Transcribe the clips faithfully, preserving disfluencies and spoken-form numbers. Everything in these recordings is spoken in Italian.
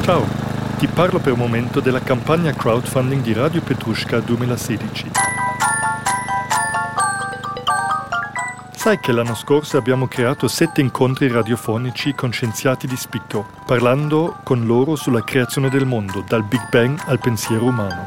Ciao, ti parlo per un momento della campagna crowdfunding di Radio Petrushka duemilasedici. Sai che l'anno scorso abbiamo creato sette incontri radiofonici con scienziati di spicco, parlando con loro sulla creazione del mondo, dal Big Bang al pensiero umano.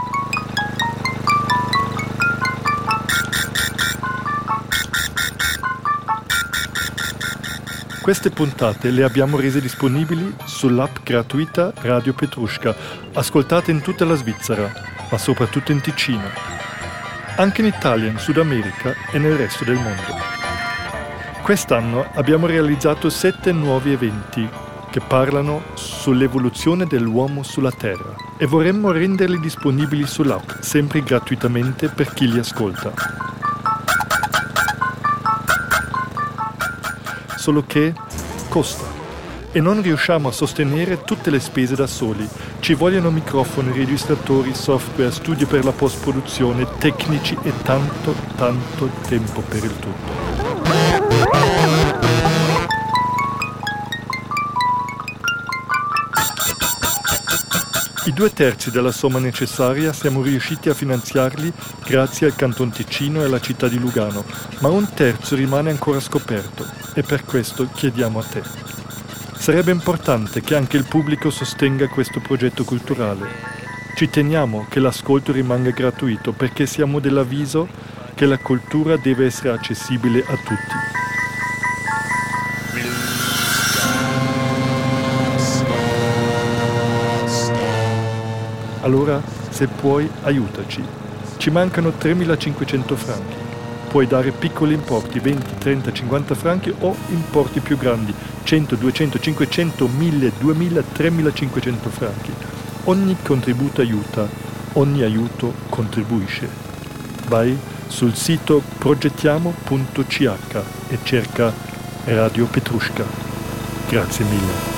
Queste puntate le abbiamo rese disponibili sull'app gratuita Radio Petrushka, ascoltate in tutta la Svizzera, ma soprattutto in Ticino. Anche in Italia, in Sud America e nel resto del mondo. Quest'anno abbiamo realizzato sette nuovi eventi che parlano sull'evoluzione dell'uomo sulla Terra e vorremmo renderli disponibili sull'app, sempre gratuitamente per chi li ascolta. Solo che costa e non riusciamo a sostenere tutte le spese da soli. Ci vogliono microfoni, registratori, software, studio per la post-produzione, tecnici e tanto, tanto tempo per il tutto. I due terzi della somma necessaria siamo riusciti a finanziarli grazie al Canton Ticino e alla città di Lugano, ma un terzo rimane ancora scoperto e per questo chiediamo a te. Sarebbe importante che anche il pubblico sostenga questo progetto culturale. Ci teniamo che l'ascolto rimanga gratuito perché siamo dell'avviso che la cultura deve essere accessibile a tutti. Allora, se puoi, aiutaci. Ci mancano tremilacinquecento franchi. Puoi dare piccoli importi, venti, trenta, cinquanta franchi o importi più grandi, cento, duecento, cinquecento, mille, duemila, tremilacinquecento franchi. Ogni contributo aiuta, ogni aiuto contribuisce. Vai sul sito progettiamo punto c h e cerca Radio Petrushka. Grazie mille.